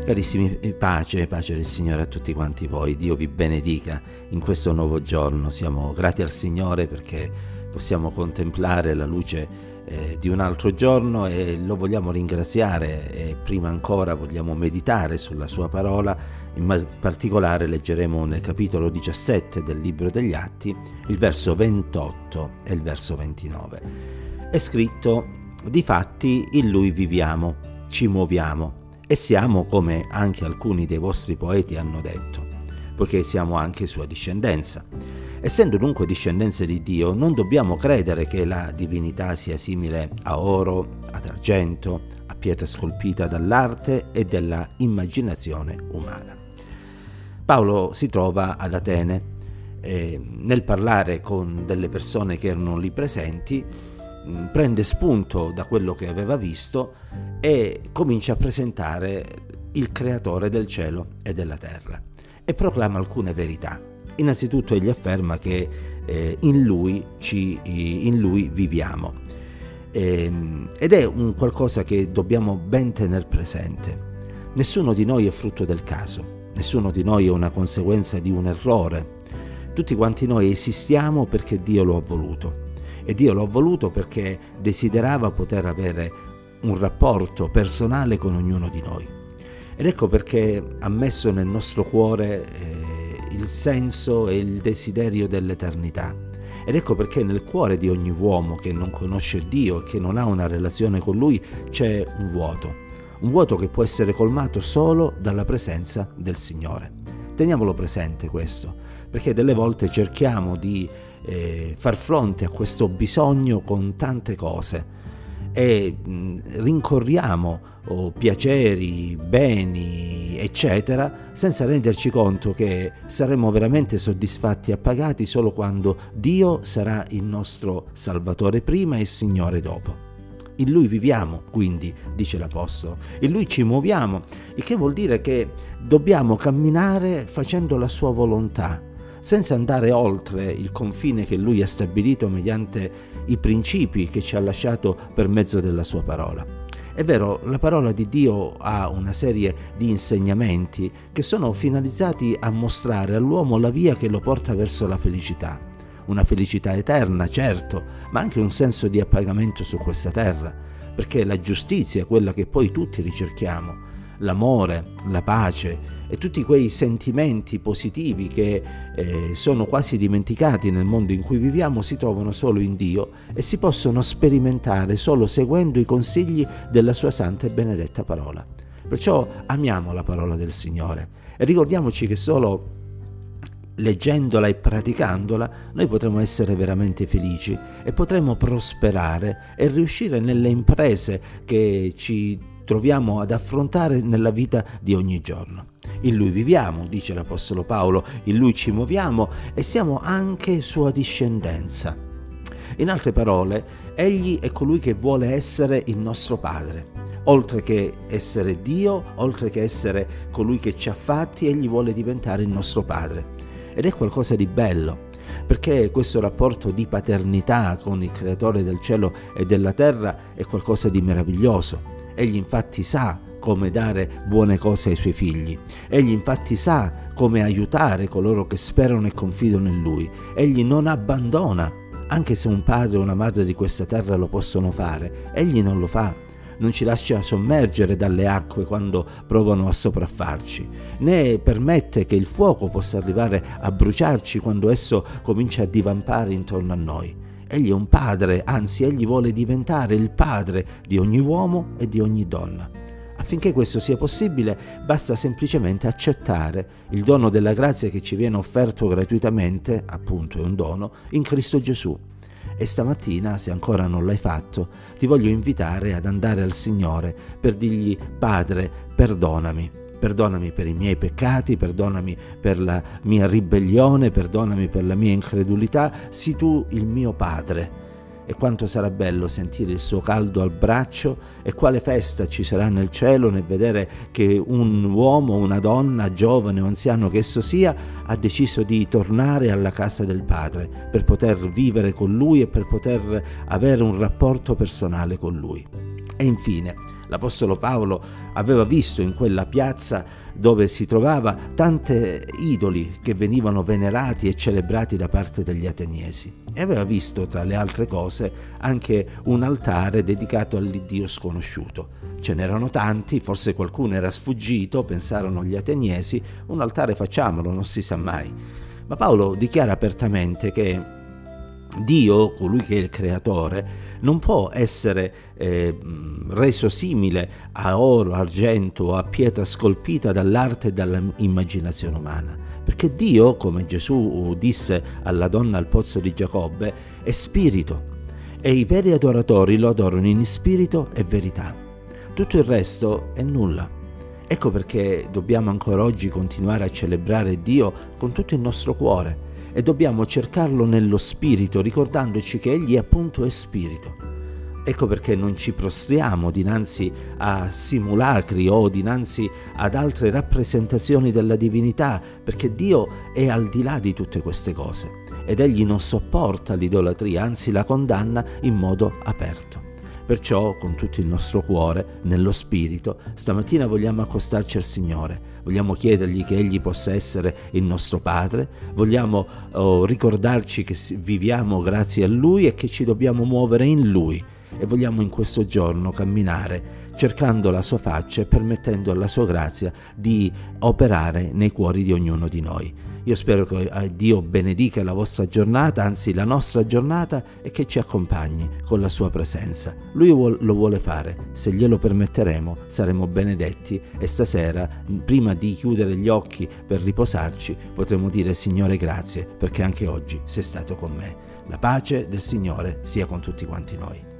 Carissimi, pace del Signore a tutti quanti voi. Dio vi benedica in questo nuovo giorno. Siamo grati al Signore perché possiamo contemplare la luce di un altro giorno e lo vogliamo ringraziare, e prima ancora vogliamo meditare sulla sua parola. In particolare leggeremo nel capitolo 17 del libro degli Atti il verso 28 e il verso 29. È scritto: difatti in Lui viviamo, ci muoviamo e siamo come anche alcuni dei vostri poeti hanno detto, poiché siamo anche sua discendenza. Essendo dunque discendenze di Dio, non dobbiamo credere che la divinità sia simile a oro, ad argento, a pietra scolpita dall'arte e della immaginazione umana. Paolo si trova ad Atene e nel parlare con delle persone che erano lì presenti prende spunto da quello che aveva visto e comincia a presentare il creatore del cielo e della terra e proclama alcune verità. Innanzitutto egli afferma che in lui viviamo, ed è un qualcosa che dobbiamo ben tener presente. Nessuno di noi è frutto del caso, nessuno di noi è una conseguenza di un errore. Tutti quanti noi esistiamo perché Dio lo ha voluto. E Dio lo ha voluto perché desiderava poter avere un rapporto personale con ognuno di noi. Ed ecco perché ha messo nel nostro cuore il senso e il desiderio dell'eternità. Ed ecco perché nel cuore di ogni uomo che non conosce Dio e che non ha una relazione con Lui c'è un vuoto che può essere colmato solo dalla presenza del Signore. Teniamolo presente questo, perché delle volte cerchiamo di far fronte a questo bisogno con tante cose e rincorriamo piaceri, beni, eccetera, senza renderci conto che saremo veramente soddisfatti e appagati solo quando Dio sarà il nostro Salvatore prima e Signore dopo. In Lui viviamo, quindi, dice l'Apostolo, in Lui ci muoviamo, il che vuol dire che dobbiamo camminare facendo la sua volontà, senza andare oltre il confine che Lui ha stabilito mediante i principi che ci ha lasciato per mezzo della sua parola. È vero, la parola di Dio ha una serie di insegnamenti che sono finalizzati a mostrare all'uomo la via che lo porta verso la felicità. Una felicità eterna, certo, ma anche un senso di appagamento su questa terra, perché la giustizia è quella che poi tutti ricerchiamo, l'amore, la pace e tutti quei sentimenti positivi che sono quasi dimenticati nel mondo in cui viviamo si trovano solo in Dio e si possono sperimentare solo seguendo i consigli della sua santa e benedetta parola. Perciò amiamo la parola del Signore e ricordiamoci che solo leggendola e praticandola noi potremo essere veramente felici e potremo prosperare e riuscire nelle imprese che ci troviamo ad affrontare nella vita di ogni giorno. In Lui viviamo, dice l'Apostolo Paolo, in Lui ci muoviamo e siamo anche sua discendenza. In altre parole, Egli è colui che vuole essere il nostro Padre. Oltre che essere Dio, oltre che essere colui che ci ha fatti, Egli vuole diventare il nostro Padre. Ed è qualcosa di bello, perché questo rapporto di paternità con il Creatore del cielo e della terra è qualcosa di meraviglioso. Egli infatti sa come dare buone cose ai suoi figli. Egli infatti sa come aiutare coloro che sperano e confidano in Lui. Egli non abbandona, anche se un padre o una madre di questa terra lo possono fare. Egli non lo fa. Non ci lascia sommergere dalle acque quando provano a sopraffarci, né permette che il fuoco possa arrivare a bruciarci quando esso comincia a divampare intorno a noi. Egli è un padre, anzi egli vuole diventare il padre di ogni uomo e di ogni donna. Affinché questo sia possibile, basta semplicemente accettare il dono della grazia che ci viene offerto gratuitamente, appunto è un dono, in Cristo Gesù. E stamattina, se ancora non l'hai fatto, ti voglio invitare ad andare al Signore per dirgli: Padre, perdonami. Perdonami per i miei peccati, perdonami per la mia ribellione, perdonami per la mia incredulità, sii tu il mio Padre. E quanto sarà bello sentire il suo caldo al braccio e quale festa ci sarà nel cielo nel vedere che un uomo, una donna, giovane o anziano che esso sia, ha deciso di tornare alla casa del Padre per poter vivere con Lui e per poter avere un rapporto personale con Lui. E infine, l'Apostolo Paolo aveva visto in quella piazza dove si trovava tante idoli che venivano venerati e celebrati da parte degli ateniesi, e aveva visto tra le altre cose anche un altare dedicato all'Iddio sconosciuto. Ce n'erano tanti, forse qualcuno era sfuggito, pensarono gli ateniesi, un altare facciamolo, non si sa mai. Ma Paolo dichiara apertamente che Dio, colui che è il creatore, non può essere reso simile a oro, argento o a pietra scolpita dall'arte e dall'immaginazione umana, perché Dio, come Gesù disse alla donna al pozzo di Giacobbe, è spirito, e i veri adoratori lo adorano in spirito e verità. Tutto il resto è nulla. Ecco perché dobbiamo ancora oggi continuare a celebrare Dio con tutto il nostro cuore, e dobbiamo cercarlo nello spirito, ricordandoci che Egli appunto è spirito. Ecco perché non ci prostriamo dinanzi a simulacri o dinanzi ad altre rappresentazioni della divinità, perché Dio è al di là di tutte queste cose ed Egli non sopporta l'idolatria, anzi la condanna in modo aperto. Perciò, con tutto il nostro cuore, nello spirito, stamattina vogliamo accostarci al Signore, vogliamo chiedergli che Egli possa essere il nostro Padre, vogliamo ricordarci che viviamo grazie a Lui e che ci dobbiamo muovere in Lui, e vogliamo in questo giorno camminare cercando la sua faccia e permettendo alla sua grazia di operare nei cuori di ognuno di noi. Io spero che Dio benedica la vostra giornata, anzi la nostra giornata, e che ci accompagni con la sua presenza. Lui lo vuole fare, se glielo permetteremo saremo benedetti, e stasera, prima di chiudere gli occhi per riposarci, potremo dire: Signore, grazie, perché anche oggi sei stato con me. La pace del Signore sia con tutti quanti noi.